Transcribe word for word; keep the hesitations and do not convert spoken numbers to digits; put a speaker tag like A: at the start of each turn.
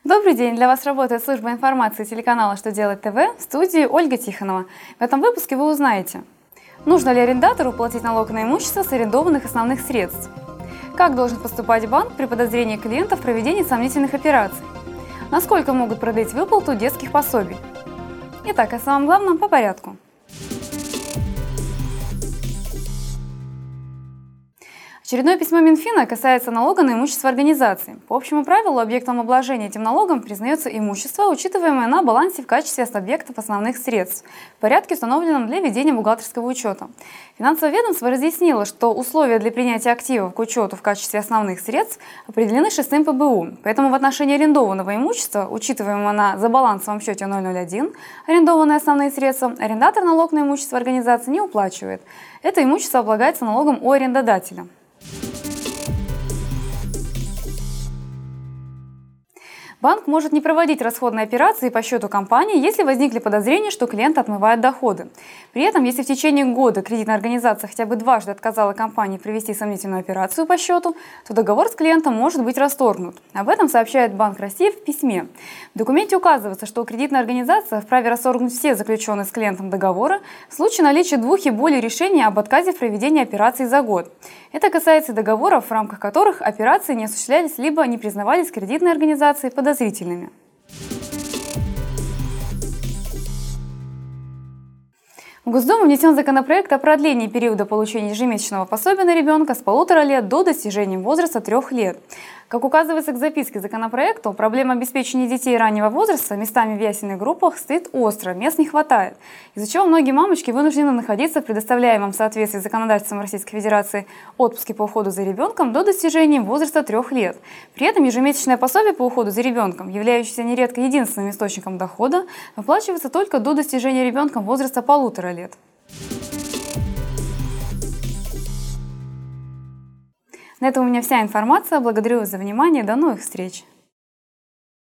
A: Добрый день! Для вас работает служба информации телеканала «Что делать ТВ», в студии Ольга Тихонова. В этом выпуске вы узнаете: нужно ли арендатору платить налог на имущество с арендованных основных средств? Как должен поступать банк при подозрении клиента в проведении сомнительных операций? Насколько могут продлить выплату детских пособий? Итак, о самом главном по порядку. Очередное письмо Минфина касается налога на имущество организации. По общему правилу, объектом обложения этим налогом признается имущество, учитываемое на балансе в качестве объектов основных средств, в порядке, установленном для ведения бухгалтерского учета. Финансовое ведомство разъяснило, что условия для принятия активов к учету в качестве основных средств определены шестым П Б У, поэтому в отношении арендованного имущества, учитываемого на забалансовом счете ноль ноль один, арендованные основные средства, арендатор налог на имущество организации не уплачивает. Это имущество облагается налогом у арендодателя. Банк может не проводить расходные операции по счету компании, если возникли подозрения, что клиент отмывает доходы. При этом, если в течение года кредитная организация хотя бы дважды отказала компании провести сомнительную операцию по счету, то договор с клиентом может быть расторгнут. Об этом сообщает Банк России в письме. В документе указывается, что кредитная организация вправе расторгнуть все заключенные с клиентом договоры в случае наличия двух и более решений об отказе в проведении операций за год. Это касается договоров, в рамках которых операции не осуществлялись либо не признавались кредитной организацией подозрительными. В Госдуму внесен законопроект о продлении периода получения ежемесячного пособия на ребенка с полутора лет до достижения возраста трех лет. Как указывается к записке законопроекту, проблема обеспечения детей раннего возраста местами в ясельных группах стоит остро, мест не хватает, из-за чего многие мамочки вынуждены находиться в предоставляемом в соответствии с законодательством Российской Федерации отпуске по уходу за ребенком до достижения возраста трех лет. При этом ежемесячное пособие по уходу за ребенком, являющееся нередко единственным источником дохода, выплачивается только до достижения ребенком возраста полутора лет. На этом у меня вся информация. Благодарю вас за внимание. До новых встреч!